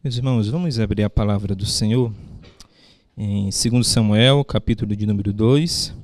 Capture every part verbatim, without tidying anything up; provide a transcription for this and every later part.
Meus irmãos, vamos abrir a palavra do Senhor em segundo Samuel, capítulo de número dois,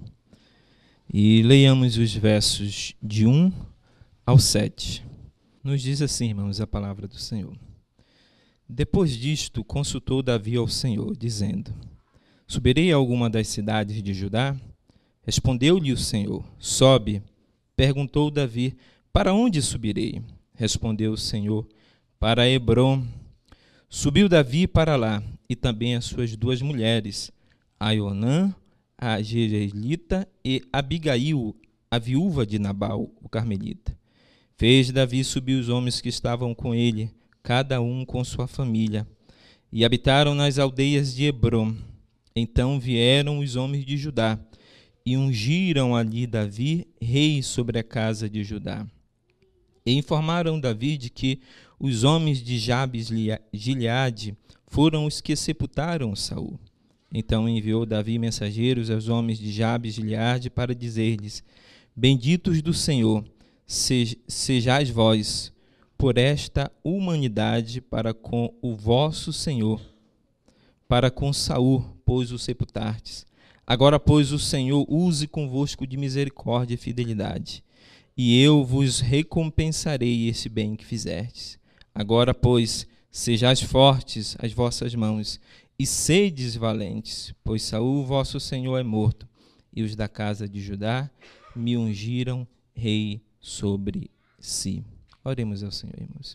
e leiamos os versos de um ao sete. Nos diz assim, irmãos, a palavra do Senhor. Depois disto, consultou Davi ao Senhor, dizendo: Subirei a alguma das cidades de Judá? Respondeu-lhe o Senhor: Sobe. Perguntou Davi: Para onde subirei? Respondeu o Senhor: Para Hebrom. Subiu Davi para lá, e também as suas duas mulheres, Aionã, a Jezreelita, e Abigail, a viúva de Nabal, o carmelita. Fez Davi subir os homens que estavam com ele, cada um com sua família, e habitaram nas aldeias de Hebrom. Então vieram os homens de Judá, e ungiram ali Davi, rei sobre a casa de Judá. E informaram Davi de que os homens de Jabes Gileade foram os que sepultaram Saul. Então enviou Davi mensageiros aos homens de Jabes Gileade para dizer-lhes: Benditos do Senhor, sejais vós por esta humanidade para com o vosso Senhor, para com Saul, pois o sepultastes. Agora, pois, o Senhor use convosco de misericórdia e fidelidade, e eu vos recompensarei esse bem que fizerdes. Agora, pois, sejais fortes as vossas mãos, e sedes valentes, pois Saul, vosso senhor, é morto, e os da casa de Judá me ungiram rei sobre si. Oremos ao Senhor, irmãos.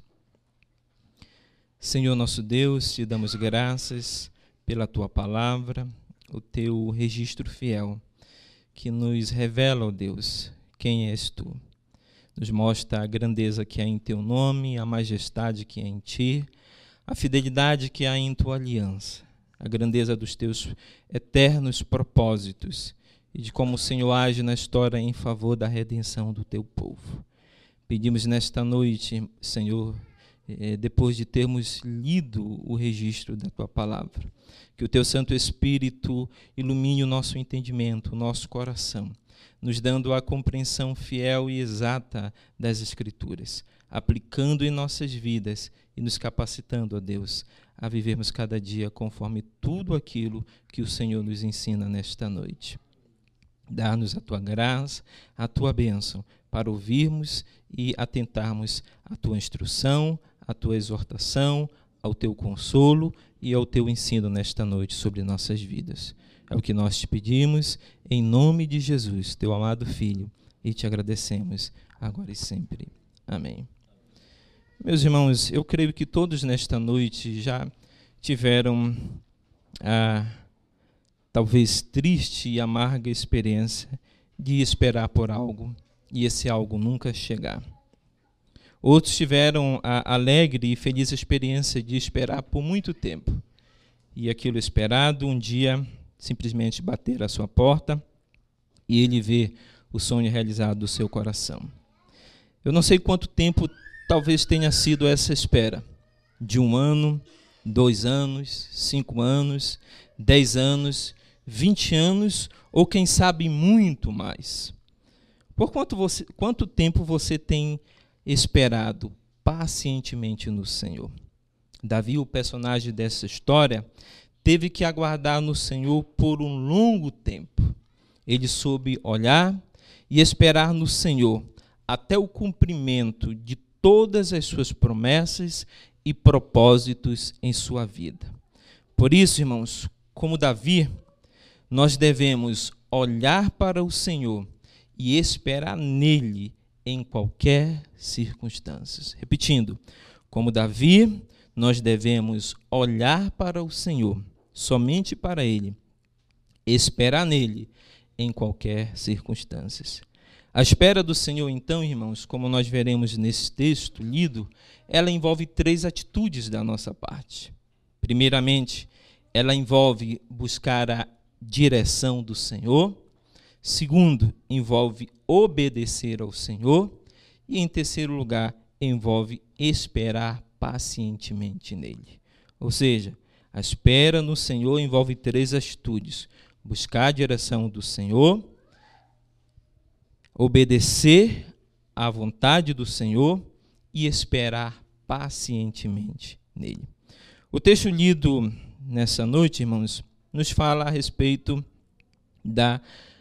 Senhor nosso Deus, te damos graças pela tua palavra, o teu registro fiel, que nos revela, ó Deus, quem és tu. Nos mostra a grandeza que há em teu nome, a majestade que há em ti, a fidelidade que há em tua aliança, a grandeza dos teus eternos propósitos e de como o Senhor age na história em favor da redenção do teu povo. Pedimos nesta noite, Senhor, depois de termos lido o registro da tua palavra, que o teu Santo Espírito ilumine o nosso entendimento, o nosso coração, nos dando a compreensão fiel e exata das Escrituras, aplicando em nossas vidas e nos capacitando, ó Deus, a vivermos cada dia conforme tudo aquilo que o Senhor nos ensina nesta noite. Dá-nos a tua graça, a tua bênção, para ouvirmos e atentarmos à tua instrução, à tua exortação, ao teu consolo e ao teu ensino nesta noite sobre nossas vidas. É o que nós te pedimos, em nome de Jesus, teu amado Filho, e te agradecemos agora e sempre. Amém. Meus irmãos, eu creio que todos nesta noite já tiveram a talvez triste e amarga experiência de esperar por algo e esse algo nunca chegar. Outros tiveram a alegre e feliz experiência de esperar por muito tempo e aquilo esperado um dia simplesmente bater à sua porta e ele vê o sonho realizado do seu coração. Eu não sei quanto tempo talvez tenha sido essa espera, de um ano, dois anos, cinco anos, dez anos, vinte anos ou quem sabe muito mais. Por quanto, você, quanto tempo você tem esperado pacientemente no Senhor? Davi, o personagem dessa história, teve que aguardar no Senhor por um longo tempo. Ele soube olhar e esperar no Senhor até o cumprimento de todas as suas promessas e propósitos em sua vida. Por isso, irmãos, como Davi, nós devemos olhar para o Senhor e esperar nele em qualquer circunstância. Repetindo, como Davi, nós devemos olhar para o Senhor, somente para ele, esperar nele em qualquer circunstância. A espera do Senhor, então, irmãos, como nós veremos nesse texto lido, ela envolve três atitudes da nossa parte. Primeiramente, ela envolve buscar a direção do Senhor. Segundo, envolve obedecer ao Senhor. E, em terceiro lugar, envolve esperar pacientemente nele. Ou seja, a espera no Senhor envolve três atitudes: buscar a direção do Senhor, obedecer à vontade do Senhor e esperar pacientemente nele. O texto lido nessa noite, irmãos, nos fala a respeito da,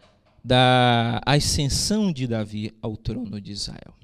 da ascensão de Davi ao trono de Israel.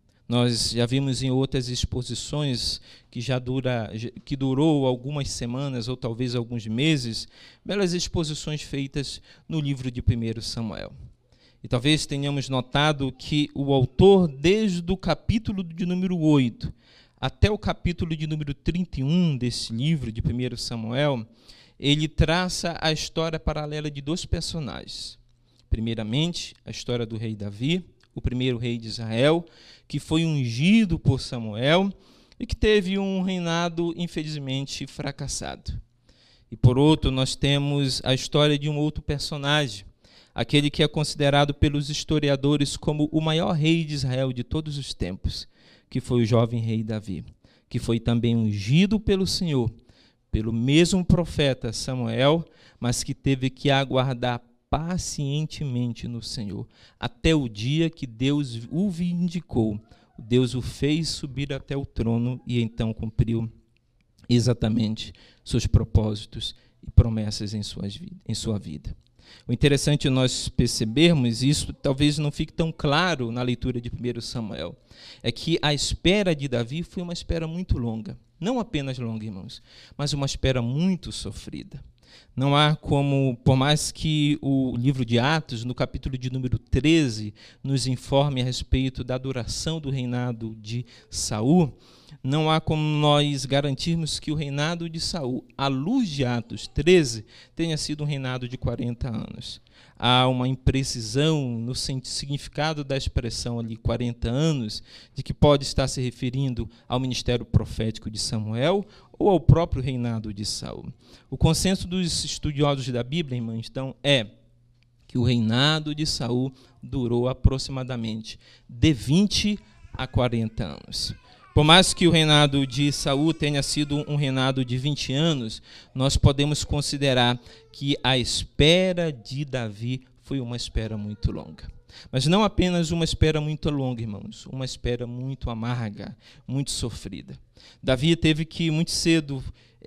Nós já vimos em outras exposições que já dura, que durou algumas semanas ou talvez alguns meses, belas exposições feitas no livro de primeiro Samuel. E talvez tenhamos notado que o autor, desde o capítulo de número oito até o capítulo de número trinta e um desse livro de primeiro Samuel, ele traça a história paralela de dois personagens. Primeiramente, a história do rei Davi, o primeiro rei de Israel, que foi ungido por Samuel e que teve um reinado, infelizmente, fracassado. E, por outro, nós temos a história de um outro personagem, aquele que é considerado pelos historiadores como o maior rei de Israel de todos os tempos, que foi o jovem rei Davi, que foi também ungido pelo Senhor, pelo mesmo profeta Samuel, mas que teve que aguardar pacientemente no Senhor, até o dia que Deus o vindicou. Deus o fez subir até o trono e então cumpriu exatamente seus propósitos e promessas em, suas, em sua vida. O interessante é nós percebermos, isso talvez não fique tão claro na leitura de primeiro Samuel, é que a espera de Davi foi uma espera muito longa. Não apenas longa, irmãos, mas uma espera muito sofrida. Não há como, por mais que o livro de Atos, no capítulo de número treze, nos informe a respeito da duração do reinado de Saul, não há como nós garantirmos que o reinado de Saul, à luz de Atos treze, tenha sido um reinado de quarenta anos. Há uma imprecisão no significado da expressão ali, quarenta anos, de que pode estar se referindo ao ministério profético de Samuel ou ao próprio reinado de Saul. O consenso dos estudiosos da Bíblia, irmãos, então, é que o reinado de Saul durou aproximadamente de vinte a quarenta anos. Por mais que o reinado de Saul tenha sido um reinado de vinte anos, nós podemos considerar que a espera de Davi foi uma espera muito longa. Mas não apenas uma espera muito longa, irmãos, uma espera muito amarga, muito sofrida. Davi teve que, muito cedo,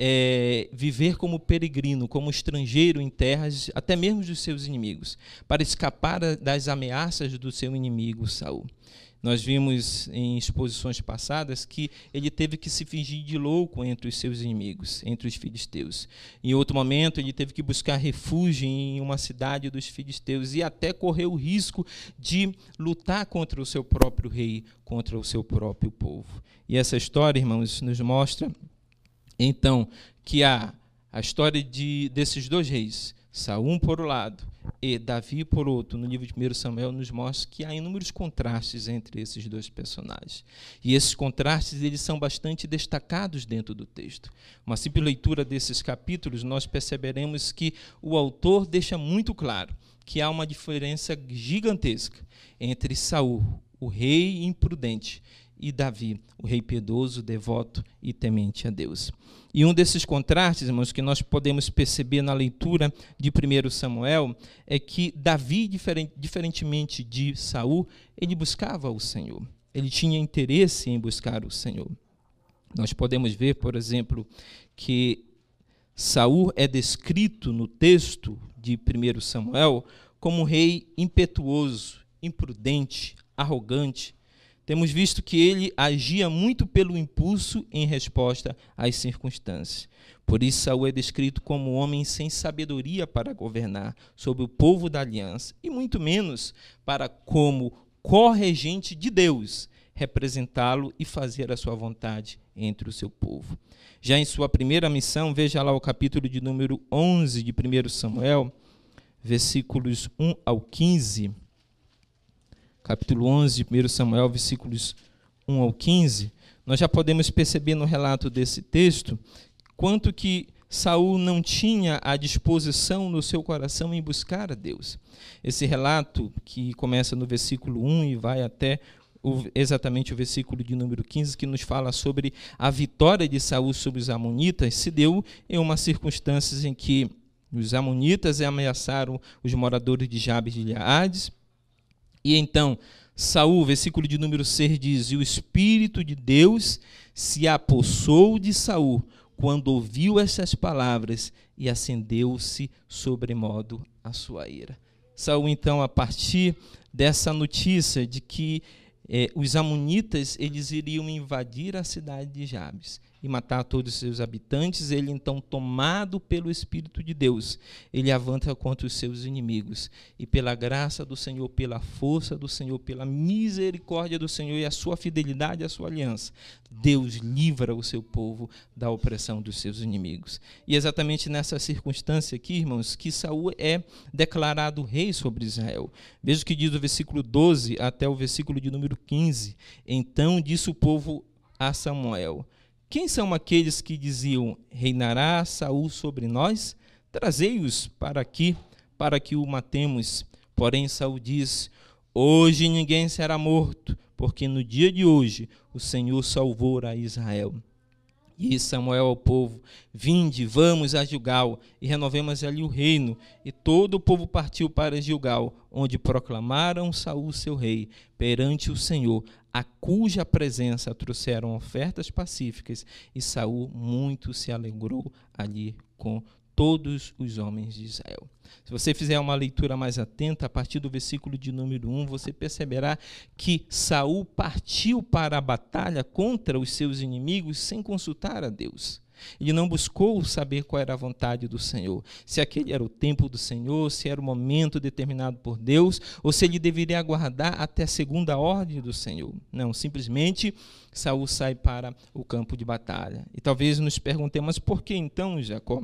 é, viver como peregrino, como estrangeiro em terras, até mesmo dos seus inimigos, para escapar das ameaças do seu inimigo Saul. Nós vimos em exposições passadas que ele teve que se fingir de louco entre os seus inimigos, entre os filisteus. Em outro momento, ele teve que buscar refúgio em uma cidade dos filisteus e até correu o risco de lutar contra o seu próprio rei, contra o seu próprio povo. E essa história, irmãos, nos mostra, então, que há a história de, desses dois reis, Saul por um lado e Davi por outro, no livro de primeiro Samuel, nos mostra que há inúmeros contrastes entre esses dois personagens. E esses contrastes eles são bastante destacados dentro do texto. Uma simples leitura desses capítulos, nós perceberemos que o autor deixa muito claro que há uma diferença gigantesca entre Saul, o rei imprudente, e Davi, o rei piedoso, devoto e temente a Deus. E um desses contrastes, irmãos, que nós podemos perceber na leitura de primeiro Samuel, é que Davi, diferent, diferentemente de Saul, ele buscava o Senhor. Ele tinha interesse em buscar o Senhor. Nós podemos ver, por exemplo, que Saul é descrito no texto de primeiro Samuel como um rei impetuoso, imprudente, arrogante. Temos visto que ele agia muito pelo impulso em resposta às circunstâncias. Por isso, Saul é descrito como um homem sem sabedoria para governar sobre o povo da aliança, e muito menos para, como corregente de Deus, representá-lo e fazer a sua vontade entre o seu povo. Já em sua primeira missão, veja lá o capítulo de número onze de primeiro Samuel, versículos um ao quinze. Capítulo onze de primeiro Samuel, versículos um ao quinze, nós já podemos perceber no relato desse texto quanto que Saul não tinha a disposição no seu coração em buscar a Deus. Esse relato, que começa no versículo um e vai até o, exatamente o versículo de número quinze, que nos fala sobre a vitória de Saul sobre os amonitas, se deu em umas circunstâncias em que os amonitas ameaçaram os moradores de Jabes de Gileade. E então, Saul, versículo de número seis, diz: e o Espírito de Deus se apossou de Saul quando ouviu essas palavras, e acendeu-se sobremodo a sua ira. Saul, então, a partir dessa notícia de que eh, os amonitas eles iriam invadir a cidade de Jabes e matar todos os seus habitantes, ele então, tomado pelo Espírito de Deus, ele avança contra os seus inimigos, e pela graça do Senhor, pela força do Senhor, pela misericórdia do Senhor e a sua fidelidade, a sua aliança, Deus livra o seu povo da opressão dos seus inimigos. E exatamente nessa circunstância aqui, irmãos, que Saul é declarado rei sobre Israel. Veja o que diz o versículo doze até o versículo de número quinze. Então disse o povo a Samuel: quem são aqueles que diziam, reinará Saul sobre nós? Trazei-os para aqui, para que o matemos. Porém Saul diz: hoje ninguém será morto, porque no dia de hoje o Senhor salvou a Israel. E Samuel ao povo: vinde, vamos a Gilgal, e renovemos ali o reino. E todo o povo partiu para Gilgal, onde proclamaram Saul seu rei, perante o Senhor, a cuja presença trouxeram ofertas pacíficas, e Saul muito se alegrou ali com todos os homens de Israel. Se você fizer uma leitura mais atenta, a partir do versículo de número um, você perceberá que Saul partiu para a batalha contra os seus inimigos sem consultar a Deus. Ele não buscou saber qual era a vontade do Senhor, se aquele era o tempo do Senhor, se era o momento determinado por Deus, ou se ele deveria aguardar até a segunda ordem do Senhor. Não, simplesmente Saul sai para o campo de batalha. E talvez nos perguntemos, por que então, Jacó?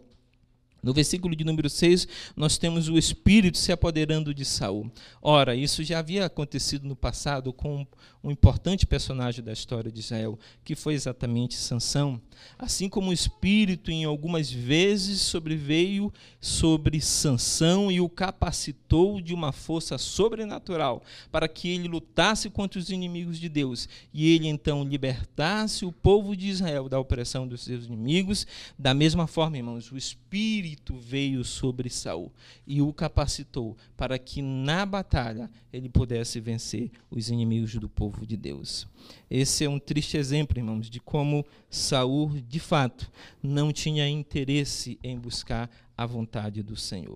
No versículo de número seis, nós temos o Espírito se apoderando de Saul. Ora, isso já havia acontecido no passado com um importante personagem da história de Israel, que foi exatamente Sansão. Assim como o Espírito, em algumas vezes, sobreveio sobre Sansão e o capacitou de uma força sobrenatural para que ele lutasse contra os inimigos de Deus e ele, então, libertasse o povo de Israel da opressão dos seus inimigos. Da mesma forma, irmãos, o Espírito veio sobre Saul e o capacitou para que na batalha ele pudesse vencer os inimigos do povo de Deus. Esse é um triste exemplo, irmãos, de como Saul, de fato, não tinha interesse em buscar a vontade do Senhor.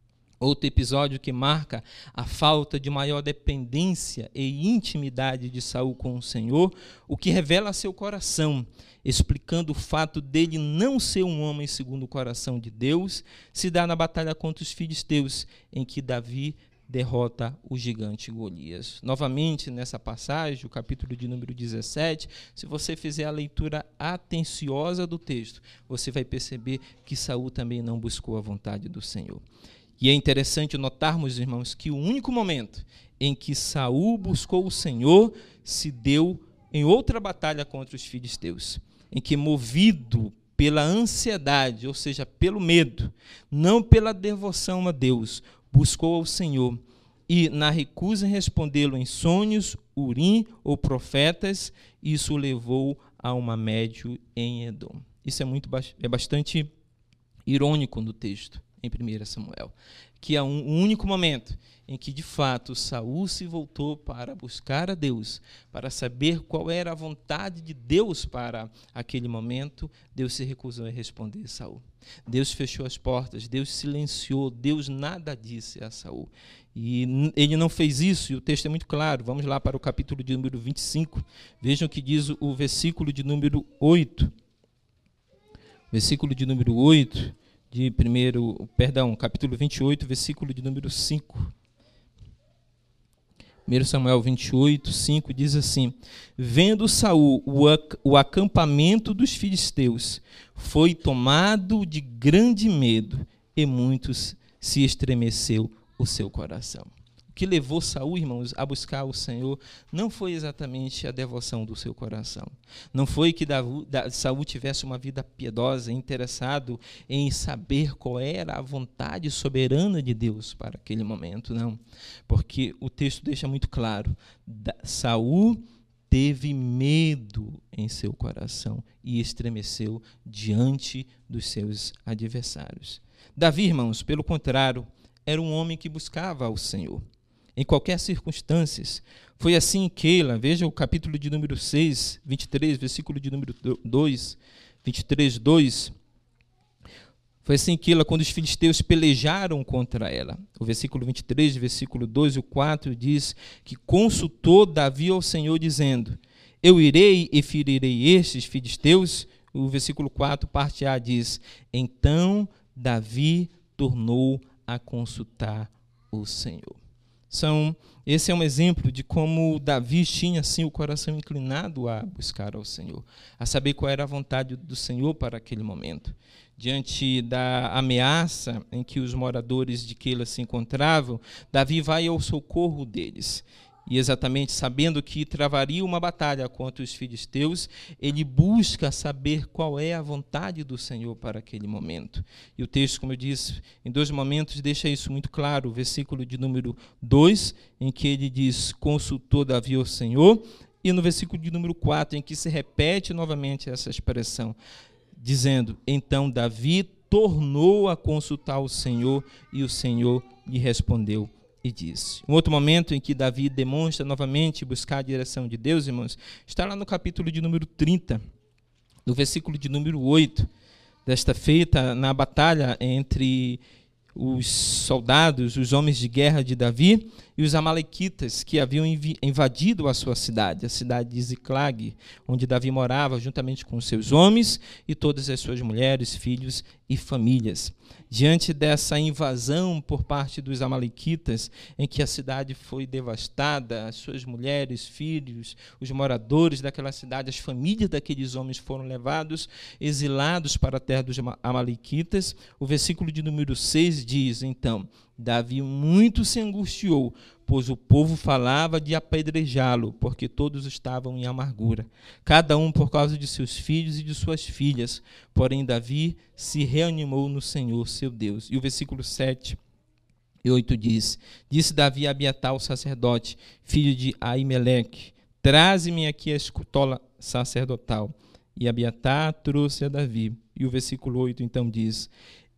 Outro episódio que marca a falta de maior dependência e intimidade de Saul com o Senhor, o que revela seu coração, explicando o fato dele não ser um homem segundo o coração de Deus, se dá na batalha contra os filisteus, em que Davi derrota o gigante Golias. Novamente, nessa passagem, o capítulo de número dezessete, se você fizer a leitura atenciosa do texto, você vai perceber que Saul também não buscou a vontade do Senhor. E é interessante notarmos, irmãos, que o único momento em que Saul buscou o Senhor se deu em outra batalha contra os filisteus, em que, movido pela ansiedade, ou seja, pelo medo, não pela devoção a Deus, buscou ao Senhor, e na recusa em respondê-lo em sonhos, urim ou profetas, isso o levou a uma médio em Edom. Isso é, muito, é bastante irônico no texto, em primeiro Samuel, que é um único momento em que, de fato, Saul se voltou para buscar a Deus, para saber qual era a vontade de Deus para aquele momento. Deus se recusou a responder a Saul. Deus fechou as portas, Deus silenciou, Deus nada disse a Saul. E ele não fez isso, e o texto é muito claro. Vamos lá para o capítulo de número vinte e cinco. Vejam o que diz o versículo de número oito. Versículo de número oito, de primeiro, perdão, capítulo vinte e oito, versículo de número cinco. primeiro Samuel vinte e oito, cinco, diz assim: vendo Saul o, ac o acampamento dos filisteus, foi tomado de grande medo, e muitos se estremeceu o seu coração. O que levou Saul, irmãos, a buscar o Senhor não foi exatamente a devoção do seu coração. Não foi que Saul tivesse uma vida piedosa, interessado em saber qual era a vontade soberana de Deus para aquele momento, não. Porque o texto deixa muito claro, Saul teve medo em seu coração e estremeceu diante dos seus adversários. Davi, irmãos, pelo contrário, era um homem que buscava ao Senhor em qualquer circunstância. Foi assim em Keila, veja o capítulo de número seis, vinte e três, versículo de número dois. vinte e três, dois, foi assim que ela, quando os filisteus pelejaram contra ela. O versículo vinte e três, versículo dois e o quatro diz que consultou Davi ao Senhor, dizendo: eu irei e ferirei estes filisteus. O versículo quatro, parte A, diz: então Davi tornou a consultar o Senhor. São, esse é um exemplo de como Davi tinha assim o coração inclinado a buscar ao Senhor, a saber qual era a vontade do Senhor para aquele momento. Diante da ameaça em que os moradores de Queila se encontravam, Davi vai ao socorro deles. E exatamente sabendo que travaria uma batalha contra os filisteus, ele busca saber qual é a vontade do Senhor para aquele momento. E o texto, como eu disse, em dois momentos deixa isso muito claro. O versículo de número dois, em que ele diz: consultou Davi ao Senhor, e no versículo de número quatro, em que se repete novamente essa expressão, dizendo: então Davi tornou a consultar o Senhor, e o Senhor lhe respondeu e disse. Um outro momento em que Davi demonstra novamente buscar a direção de Deus, irmãos, está lá no capítulo de número trinta, no versículo de número oito, desta feita na batalha entre os soldados, os homens de guerra de Davi e os amalequitas que haviam invadido a sua cidade, a cidade de Ziclag, onde Davi morava juntamente com seus homens e todas as suas mulheres, filhos e famílias. Diante dessa invasão por parte dos amalequitas, em que a cidade foi devastada, as suas mulheres, filhos, os moradores daquela cidade, as famílias daqueles homens foram levados, exilados para a terra dos amalequitas, o versículo de número seis diz, então, Davi muito se angustiou, pois o povo falava de apedrejá-lo, porque todos estavam em amargura, cada um por causa de seus filhos e de suas filhas. Porém, Davi se reanimou no Senhor, seu Deus. E o versículo sete e oito diz: disse Davi a Abiatar, o sacerdote, filho de Aimeleque: traze-me aqui a escutola sacerdotal. E Abiatar trouxe a Davi. E o versículo oito então diz: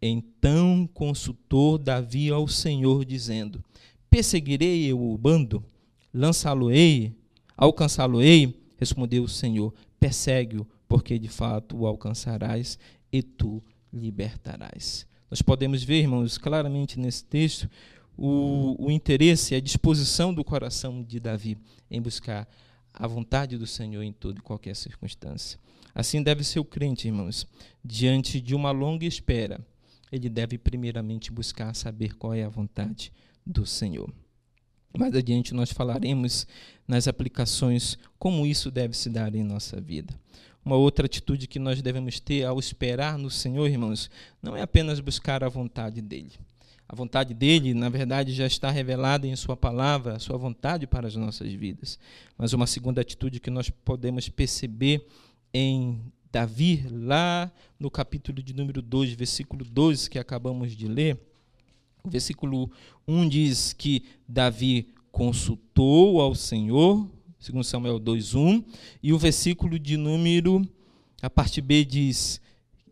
então consultou Davi ao Senhor, dizendo: perseguirei eu o bando? Lançá-lo-ei? Alcançá-lo-ei? Respondeu o Senhor: persegue-o, porque de fato o alcançarás e tu libertarás. Nós podemos ver, irmãos, claramente nesse texto, o, o interesse e a disposição do coração de Davi em buscar a vontade do Senhor em toda e qualquer circunstância. Assim deve ser o crente, irmãos, diante de uma longa espera. Ele deve primeiramente buscar saber qual é a vontade do Senhor. Mais adiante nós falaremos nas aplicações como isso deve se dar em nossa vida. Uma outra atitude que nós devemos ter ao esperar no Senhor, irmãos, não é apenas buscar a vontade dEle. A vontade dEle, na verdade, já está revelada em sua palavra, a sua vontade para as nossas vidas. Mas uma segunda atitude que nós podemos perceber em Davi, lá no capítulo de número dois, versículo doze, que acabamos de ler, o versículo um diz que Davi consultou ao Senhor, segundo Samuel dois, um, e o versículo de número, a parte B diz: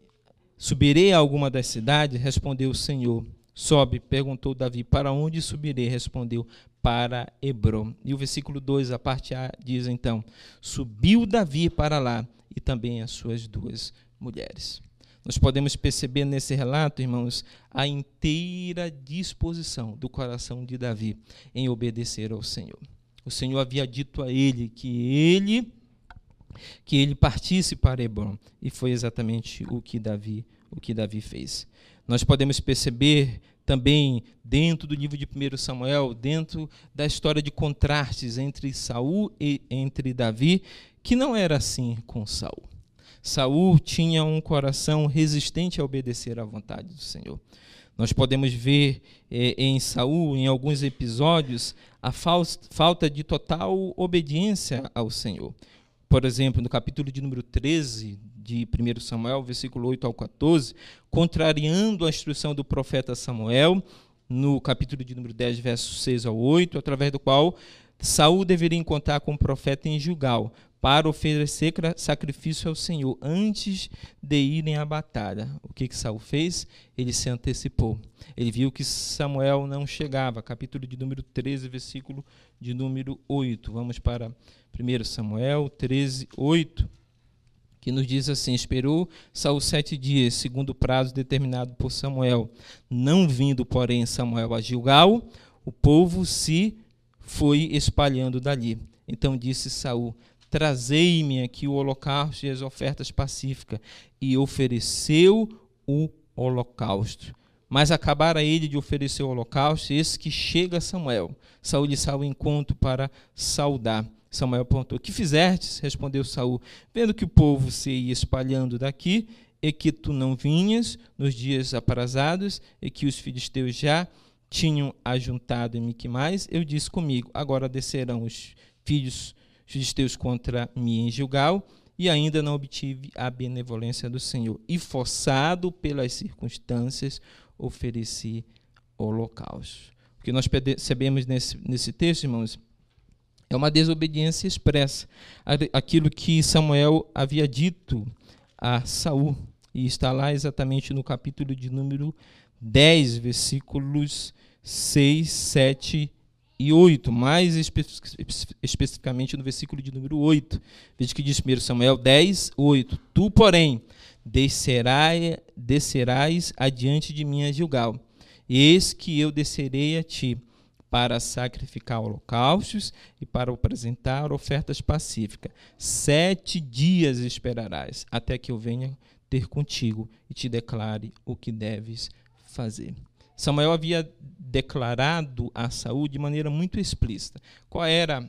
subirei a alguma das cidades? Respondeu o Senhor: sobe. Perguntou Davi: para onde subirei? Respondeu: para Hebrom. E o versículo dois, a parte A, diz então: subiu Davi para lá, e também as suas duas mulheres. Nós podemos perceber nesse relato, irmãos, a inteira disposição do coração de Davi em obedecer ao Senhor. O Senhor havia dito a ele que ele, que ele partisse para Hebrom, e foi exatamente o que Davi, o que Davi fez. Nós podemos perceber também dentro do livro de primeiro Samuel, dentro da história de contrastes entre Saul e entre Davi, que não era assim com Saul. Saul tinha um coração resistente a obedecer à vontade do Senhor. Nós podemos ver eh, em Saul, em alguns episódios, a falta de total obediência ao Senhor. Por exemplo, no capítulo de número treze de primeiro Samuel, versículo oito ao quatorze, contrariando a instrução do profeta Samuel, no capítulo de número dez, versos seis ao oito, através do qual Saul deveria encontrar com o profeta em Gilgal, para oferecer sacrifício ao Senhor antes de irem à batalha. O que que Saul fez? Ele se antecipou. Ele viu que Samuel não chegava. Capítulo de número treze, versículo de número oito. Vamos para primeiro Samuel treze, oito, que nos diz assim: esperou Saul sete dias, segundo o prazo determinado por Samuel. Não vindo, porém, Samuel a Gilgal, o povo se foi espalhando dali. Então disse Saul: trazei-me aqui o holocausto e as ofertas pacíficas. E ofereceu o holocausto. Mas acabara ele de oferecer o holocausto, eis que chega Samuel. Saul lhe saiu ao encontro para saudar. Samuel perguntou: que fizestes? Respondeu Saul: vendo que o povo se ia espalhando daqui, e que tu não vinhas nos dias aprazados, e que os filisteus já tinham ajuntado em Miquimais, eu disse comigo: agora descerão os filhos filisteus contra mim em Gilgal, e ainda não obtive a benevolência do Senhor. E forçado pelas circunstâncias, ofereci holocausto. O que nós percebemos nesse, nesse texto, irmãos, é uma desobediência expressa. Aquilo que Samuel havia dito a Saul, e está lá exatamente no capítulo de número dez, versículos seis, sete e oito, mais espe especificamente no versículo de número oito. Veja que diz primeiro Samuel dez, oito. Tu, porém, descerás, descerás adiante de mim a Gilgal, eis que eu descerei a ti, para sacrificar holocaustos e para apresentar ofertas pacíficas. Sete dias esperarás, até que eu venha ter contigo e te declare o que deves fazer. Samuel havia declarado a Saul de maneira muito explícita qual era,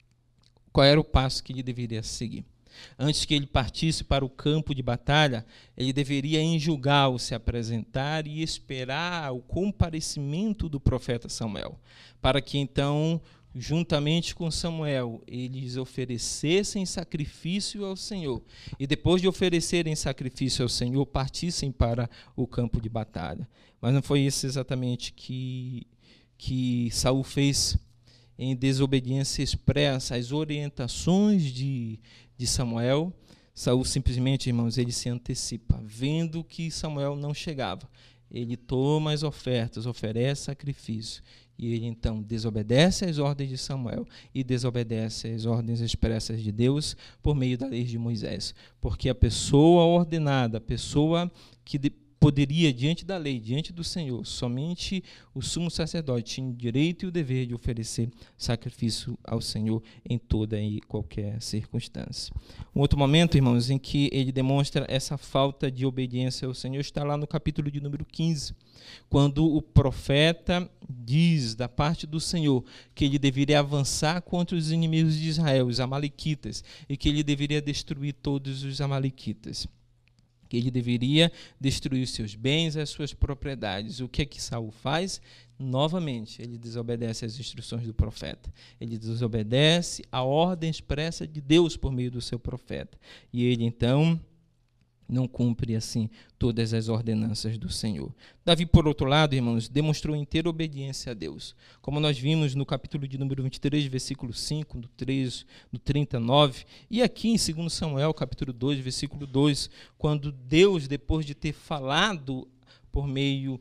qual era o passo que ele deveria seguir. Antes que ele partisse para o campo de batalha, ele deveria em Gilgal se apresentar e esperar o comparecimento do profeta Samuel, para que então, juntamente com Samuel, eles oferecessem sacrifício ao Senhor. E depois de oferecerem sacrifício ao Senhor, partissem para o campo de batalha. Mas não foi isso exatamente que, que Saul fez. Em desobediência expressa às orientações de, de Samuel, Saul simplesmente, irmãos, ele se antecipa, vendo que Samuel não chegava. Ele toma as ofertas, oferece sacrifício, e ele então desobedece às ordens de Samuel e desobedece às ordens expressas de Deus por meio da lei de Moisés. Porque a pessoa ordenada, a pessoa que de, poderia, diante da lei, diante do Senhor, somente o sumo sacerdote tinha o direito e o dever de oferecer sacrifício ao Senhor em toda e qualquer circunstância. Um outro momento, irmãos, em que ele demonstra essa falta de obediência ao Senhor está lá no capítulo de número quinze, quando o profeta diz da parte do Senhor que ele deveria avançar contra os inimigos de Israel, os amalequitas, e que ele deveria destruir todos os amalequitas. Que ele deveria destruir os seus bens e as suas propriedades. O que é que Saul faz? Novamente, ele desobedece às instruções do profeta. Ele desobedece à ordem expressa de Deus por meio do seu profeta. E ele, então, não cumpre, assim, todas as ordenanças do Senhor. Davi, por outro lado, irmãos, demonstrou inteira obediência a Deus. Como nós vimos no capítulo de número vinte e três, versículo cinco, do três, do trinta e nove, e aqui em segundo Samuel, capítulo dois, versículo dois, quando Deus, depois de ter falado por meio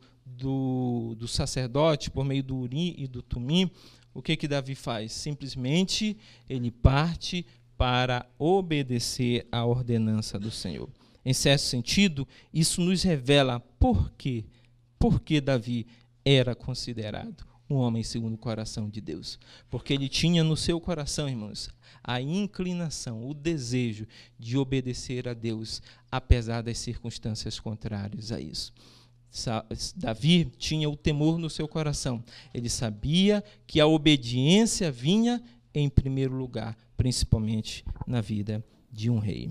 do, do sacerdote, por meio do Urim e do Tumim, o que que Davi faz? Simplesmente ele parte para obedecer à ordenança do Senhor. Em certo sentido, isso nos revela por quê, por que Davi era considerado um homem segundo o coração de Deus. Porque ele tinha no seu coração, irmãos, a inclinação, o desejo de obedecer a Deus, apesar das circunstâncias contrárias a isso. Davi tinha o temor no seu coração. Ele sabia que a obediência vinha em primeiro lugar, principalmente na vida de um rei.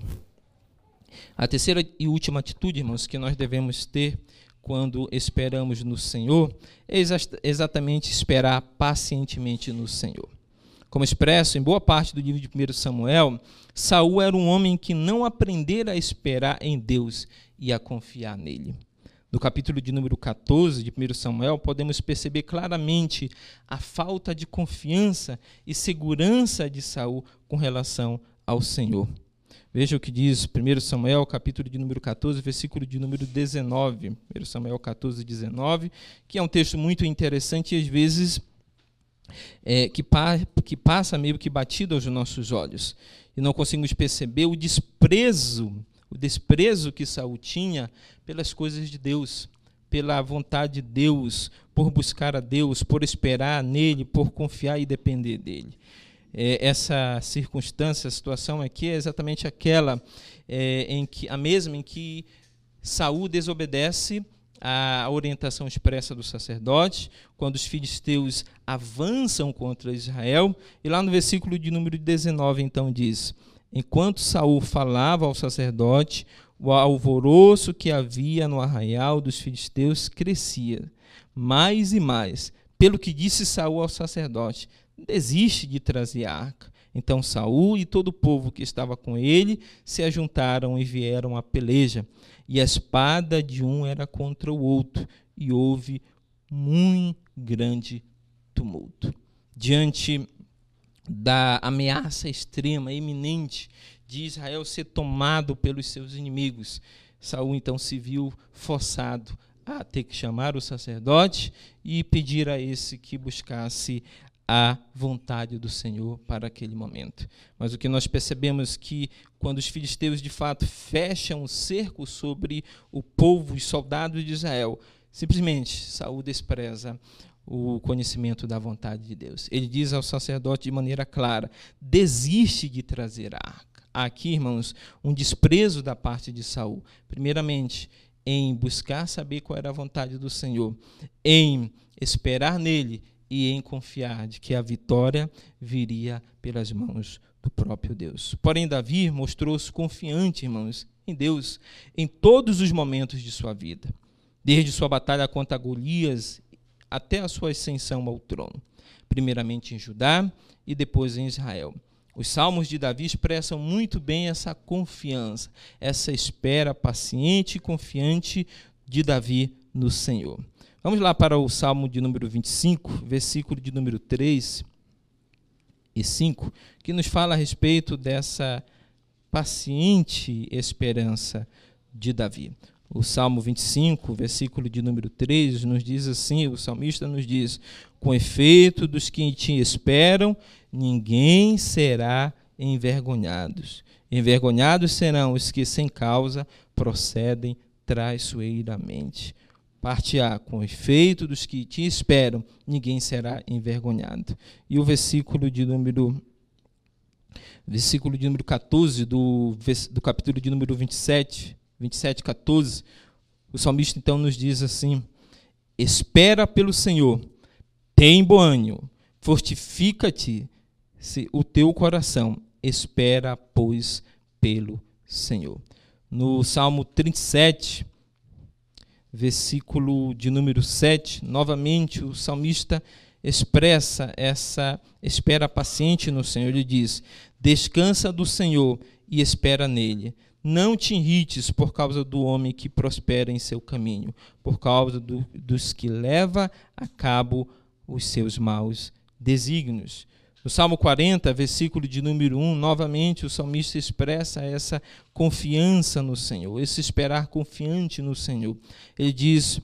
A terceira e última atitude, irmãos, que nós devemos ter quando esperamos no Senhor é exatamente esperar pacientemente no Senhor. Como expresso em boa parte do livro de primeiro Samuel, Saul era um homem que não aprendera a esperar em Deus e a confiar nele. No capítulo de número quatorze de primeiro Samuel, podemos perceber claramente a falta de confiança e segurança de Saul com relação ao Senhor. Veja o que diz primeiro Samuel, capítulo de número quatorze, versículo de número dezenove. primeiro Samuel quatorze, dezenove, que é um texto muito interessante e às vezes é, que, pa, que passa meio que batido aos nossos olhos. E não conseguimos perceber o desprezo, o desprezo que Saul tinha pelas coisas de Deus, pela vontade de Deus, por buscar a Deus, por esperar nele, por confiar e depender dele. É, essa circunstância, a situação aqui é exatamente aquela é, em que a mesma em que Saul desobedece a orientação expressa do sacerdote, quando os filisteus avançam contra Israel, e lá no versículo de número dezenove, então, diz: enquanto Saul falava ao sacerdote, o alvoroço que havia no arraial dos filisteus crescia mais e mais, pelo que disse Saul ao sacerdote: desiste de trazer a arca. Então Saul e todo o povo que estava com ele se ajuntaram e vieram à peleja, e a espada de um era contra o outro, e houve muito grande tumulto. Diante da ameaça extrema, iminente, de Israel ser tomado pelos seus inimigos, Saul então se viu forçado a ter que chamar o sacerdote e pedir a esse que buscasse a vontade do Senhor para aquele momento. Mas o que nós percebemos que quando os filisteus de fato fecham o cerco sobre o povo, os soldados de Israel, simplesmente Saul despreza o conhecimento da vontade de Deus. Ele diz ao sacerdote de maneira clara: desiste de trazer a arca. Há aqui, irmãos, um desprezo da parte de Saul, primeiramente em buscar saber qual era a vontade do Senhor, em esperar nele e em confiar de que a vitória viria pelas mãos do próprio Deus. Porém, Davi mostrou-se confiante, irmãos, em Deus em todos os momentos de sua vida, desde sua batalha contra Golias até a sua ascensão ao trono, primeiramente em Judá e depois em Israel. Os salmos de Davi expressam muito bem essa confiança, essa espera paciente e confiante de Davi no Senhor. Vamos lá para o Salmo de número vinte e cinco, versículo de número três e cinco, que nos fala a respeito dessa paciente esperança de Davi. O Salmo vinte e cinco, versículo de número três, nos diz assim, o salmista nos diz: com efeito dos que em ti esperam, ninguém será envergonhado. Envergonhados serão os que sem causa procedem traiçoeiramente. Parte A, com efeito dos que te esperam, ninguém será envergonhado. E o versículo de número, versículo de número catorze, do, do capítulo de número vinte e sete, vinte e sete, catorze, o salmista então nos diz assim: espera pelo Senhor, tem bom ânimo, fortifica-te o teu coração, espera, pois, pelo Senhor. No Salmo trinta e sete, versículo de número sete, novamente o salmista expressa essa espera paciente no Senhor. Ele diz: descansa do Senhor e espera nele. Não te irrites por causa do homem que prospera em seu caminho, por causa do, dos que leva a cabo os seus maus desígnios. No Salmo quarenta, versículo de número um, novamente o salmista expressa essa confiança no Senhor, esse esperar confiante no Senhor. Ele diz,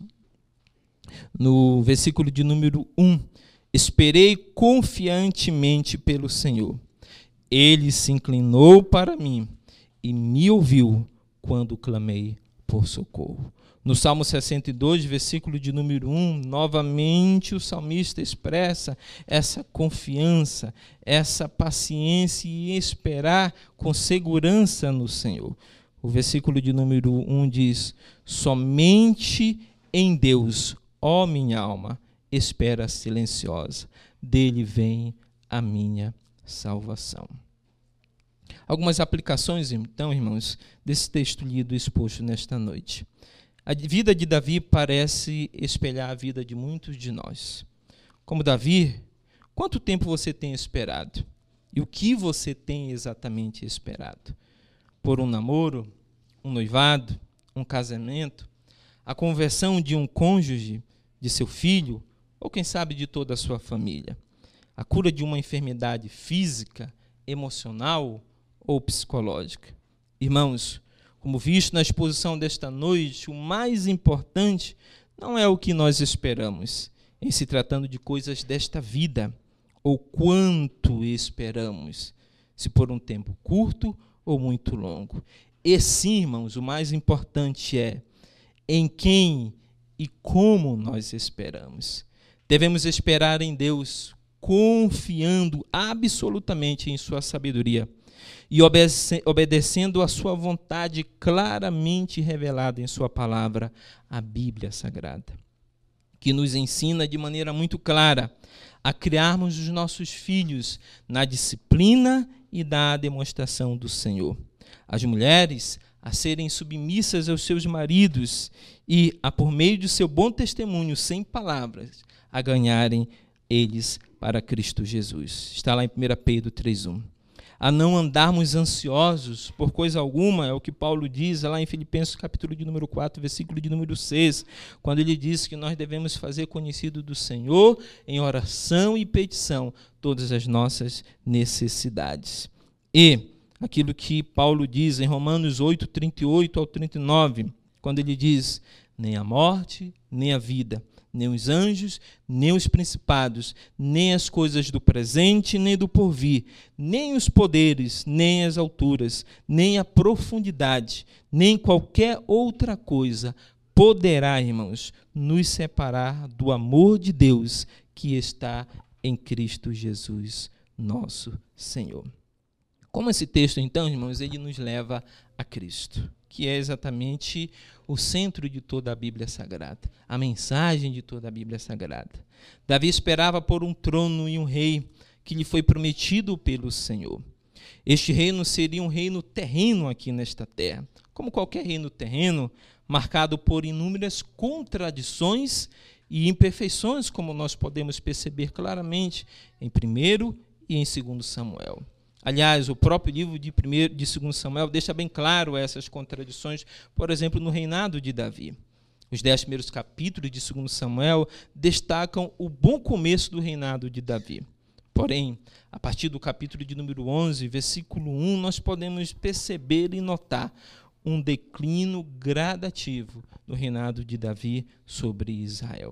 no versículo de número um, esperei confiantemente pelo Senhor. Ele se inclinou para mim e me ouviu quando clamei por socorro. No Salmo sessenta e dois, versículo de número um, novamente o salmista expressa essa confiança, essa paciência e esperar com segurança no Senhor. O versículo de número um diz: somente em Deus, ó minha alma, espera silenciosa, dele vem a minha salvação. Algumas aplicações, então, irmãos, desse texto lido e exposto nesta noite. A vida de Davi parece espelhar a vida de muitos de nós. Como Davi, quanto tempo você tem esperado? E o que você tem exatamente esperado? Por um namoro, um noivado, um casamento, a conversão de um cônjuge, de seu filho, ou quem sabe de toda a sua família? A cura de uma enfermidade física, emocional ou psicológica? Irmãos, como visto na exposição desta noite, o mais importante não é o que nós esperamos, em se tratando de coisas desta vida, ou quanto esperamos, se por um tempo curto ou muito longo. E sim, irmãos, o mais importante é em quem e como nós esperamos. Devemos esperar em Deus, confiando absolutamente em sua sabedoria e obedecendo a sua vontade claramente revelada em sua palavra, a Bíblia Sagrada, que nos ensina de maneira muito clara a criarmos os nossos filhos na disciplina e da demonstração do Senhor. As mulheres a serem submissas aos seus maridos e, a por meio de seu bom testemunho, sem palavras, a ganharem eles para Cristo Jesus. Está lá em primeira Pedro três, um. A não andarmos ansiosos por coisa alguma, é o que Paulo diz lá em Filipenses capítulo de número quatro, versículo de número seis, quando ele diz que nós devemos fazer conhecido do Senhor em oração e petição todas as nossas necessidades. E aquilo que Paulo diz em Romanos oito, trinta e oito ao trinta e nove, quando ele diz, nem a morte, nem a vida, nem os anjos, nem os principados, nem as coisas do presente, nem do porvir, nem os poderes, nem as alturas, nem a profundidade, nem qualquer outra coisa poderá, irmãos, nos separar do amor de Deus que está em Cristo Jesus, nosso Senhor. Como esse texto, então, irmãos, ele nos leva a Cristo, que é exatamente o centro de toda a Bíblia Sagrada, a mensagem de toda a Bíblia Sagrada. Davi esperava por um trono e um rei que lhe foi prometido pelo Senhor. Este reino seria um reino terreno aqui nesta terra, como qualquer reino terreno, marcado por inúmeras contradições e imperfeições, como nós podemos perceber claramente em primeiro e em segundo Samuel. Aliás, o próprio livro de primeiro, de segundo Samuel deixa bem claro essas contradições, por exemplo, no reinado de Davi. Os dez primeiros capítulos de segundo Samuel destacam o bom começo do reinado de Davi. Porém, a partir do capítulo de número onze, versículo um, nós podemos perceber e notar um declínio gradativo no reinado de Davi sobre Israel.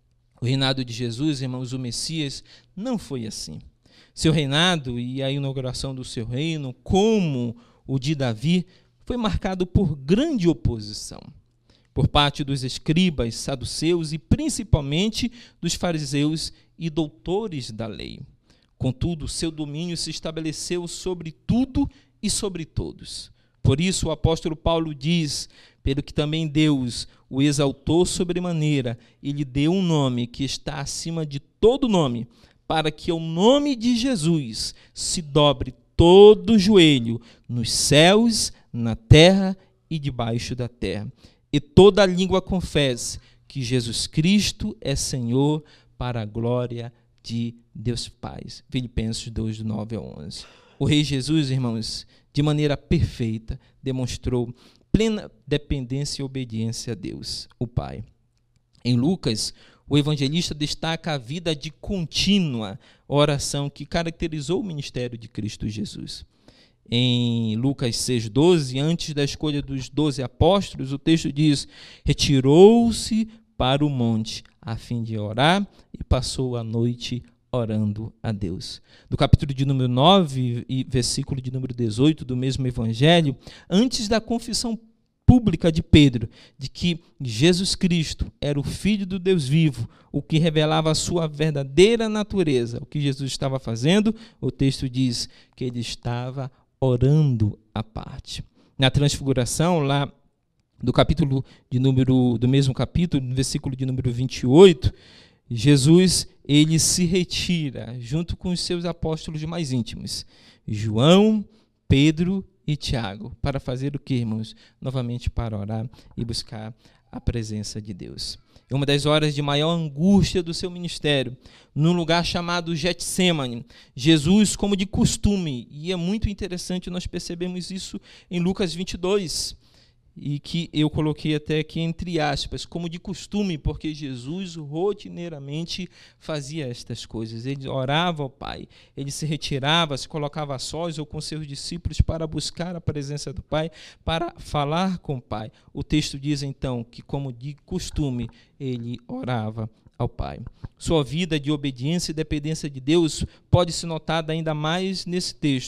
O reinado de Jesus, irmãos, o Messias, não foi assim. Seu reinado e a inauguração do seu reino, como o de Davi, foi marcado por grande oposição por parte dos escribas, saduceus e principalmente dos fariseus e doutores da lei. Contudo, seu domínio se estabeleceu sobre tudo e sobre todos. Por isso o apóstolo Paulo diz, pelo que também Deus o exaltou sobremaneira e lhe deu um nome que está acima de todo nome, para que ao nome de Jesus se dobre todo o joelho nos céus, na terra e debaixo da terra, e toda a língua confesse que Jesus Cristo é Senhor, para a glória de Deus Pai. Filipenses dois, nove a onze. O Rei Jesus, irmãos, de maneira perfeita, demonstrou plena dependência e obediência a Deus, o Pai. Em Lucas, o evangelista destaca a vida de contínua oração que caracterizou o ministério de Cristo Jesus. Em Lucas seis, doze, antes da escolha dos doze apóstolos, o texto diz, retirou-se para o monte a fim de orar e passou a noite orando a Deus. Do capítulo de número nove e versículo de número dezoito do mesmo evangelho, antes da confissão pública de Pedro, de que Jesus Cristo era o Filho do Deus vivo, o que revelava a sua verdadeira natureza, o que Jesus estava fazendo, o texto diz que ele estava orando à parte. Na transfiguração, lá do capítulo de número, do mesmo capítulo, no versículo de número vinte e oito, Jesus, ele se retira junto com os seus apóstolos mais íntimos, João, Pedro e Tiago, para fazer o que, irmãos? Novamente para orar e buscar a presença de Deus. Em uma das horas de maior angústia do seu ministério, num lugar chamado Getsêmani, Jesus, como de costume, e é muito interessante nós percebemos isso em Lucas vinte e dois, e que eu coloquei até aqui entre aspas, como de costume, porque Jesus rotineiramente fazia estas coisas. Ele orava ao Pai, ele se retirava, se colocava a sós ou com seus discípulos para buscar a presença do Pai, para falar com o Pai. O texto diz então que, como de costume, ele orava ao Pai. Sua vida de obediência e dependência de Deus pode ser notada ainda mais nesse texto,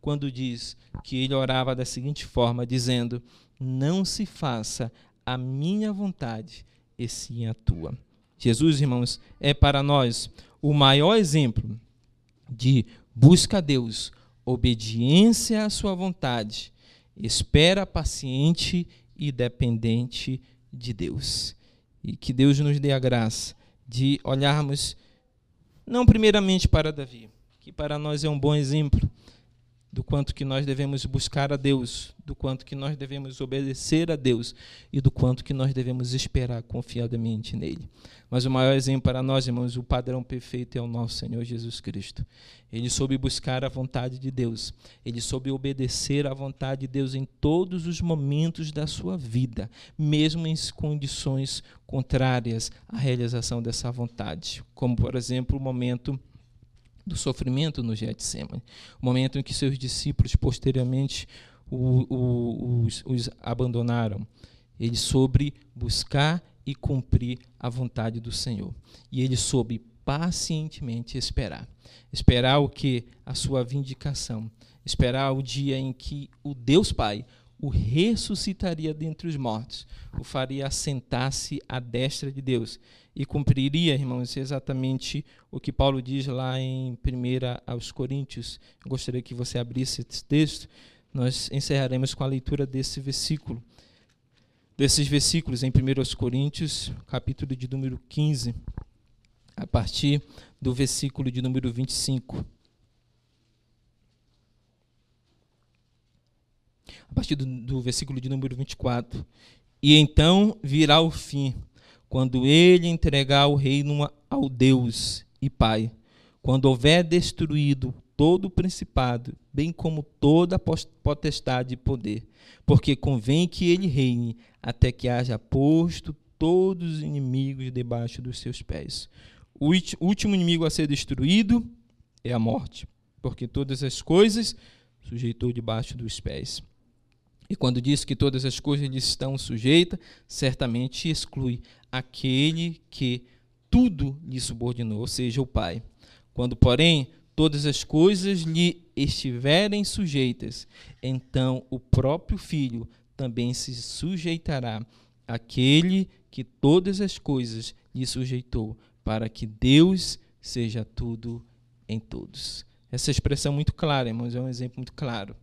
quando diz que ele orava da seguinte forma, dizendo: não se faça a minha vontade, e sim a tua. Jesus, irmãos, é para nós o maior exemplo de busca a Deus, obediência à sua vontade, espera paciente e dependente de Deus. E que Deus nos dê a graça de olharmos não primeiramente para Davi, que para nós é um bom exemplo do quanto que nós devemos buscar a Deus, do quanto que nós devemos obedecer a Deus e do quanto que nós devemos esperar confiadamente nele. Mas o maior exemplo para nós, irmãos, o padrão perfeito é o nosso Senhor Jesus Cristo. Ele soube buscar a vontade de Deus, ele soube obedecer à vontade de Deus em todos os momentos da sua vida, mesmo em condições contrárias à realização dessa vontade, como, por exemplo, o momento do sofrimento no Getsemane, o momento em que seus discípulos posteriormente o, o, os, os abandonaram. Ele soube buscar e cumprir a vontade do Senhor. E ele soube pacientemente esperar. Esperar o que? A sua vindicação. Esperar o dia em que o Deus Pai o ressuscitaria dentre os mortos, o faria assentar-se à destra de Deus e cumpriria, irmãos, exatamente o que Paulo diz lá em primeira aos Coríntios. Eu gostaria que você abrisse esse texto. Nós encerraremos com a leitura desse versículo, desses versículos em primeira aos Coríntios, capítulo de número quinze, a partir do versículo de número vinte e cinco. A partir do, do versículo de número vinte e quatro. E então virá o fim, quando ele entregar o reino ao Deus e Pai, quando houver destruído todo o principado, bem como toda potestade e poder, porque convém que ele reine até que haja posto todos os inimigos debaixo dos seus pés. O último inimigo a ser destruído é a morte, porque todas as coisas sujeitou debaixo dos pés. E quando diz que todas as coisas lhe estão sujeitas, certamente exclui aquele que tudo lhe subordinou, ou seja, o Pai. Quando, porém, todas as coisas lhe estiverem sujeitas, então o próprio Filho também se sujeitará àquele que todas as coisas lhe sujeitou, para que Deus seja tudo em todos. Essa expressão é muito clara, irmãos, é um exemplo muito claro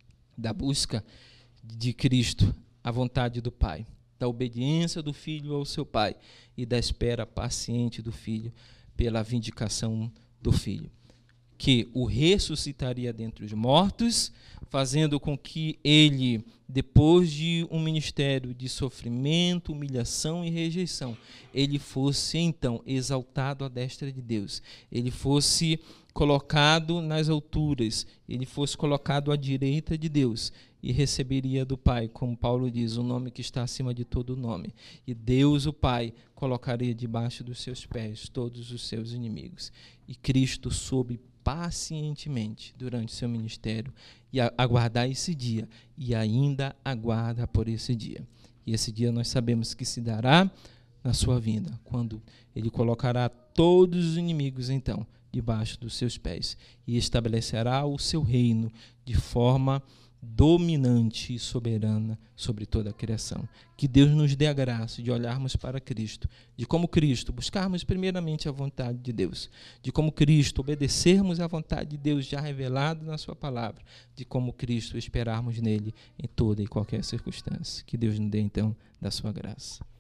da busca de Cristo, a vontade do Pai, da obediência do Filho ao seu Pai e da espera paciente do Filho pela vindicação do Filho, que o ressuscitaria dentre os mortos, fazendo com que ele, depois de um ministério de sofrimento, humilhação e rejeição, ele fosse então exaltado à destra de Deus, ele fosse colocado nas alturas, ele fosse colocado à direita de Deus e receberia do Pai, como Paulo diz, o nome que está acima de todo nome. E Deus, o Pai, colocaria debaixo dos seus pés todos os seus inimigos. E Cristo soube pacientemente, durante seu ministério, e aguardar esse dia, e ainda aguarda por esse dia. E esse dia nós sabemos que se dará na sua vinda, quando ele colocará todos os inimigos, então, debaixo dos seus pés, e estabelecerá o seu reino de forma dominante e soberana sobre toda a criação. Que Deus nos dê a graça de olharmos para Cristo, de como Cristo, buscarmos primeiramente a vontade de Deus, de como Cristo, obedecermos à vontade de Deus já revelado na sua palavra, de como Cristo esperarmos nele em toda e qualquer circunstância. Que Deus nos dê então da sua graça.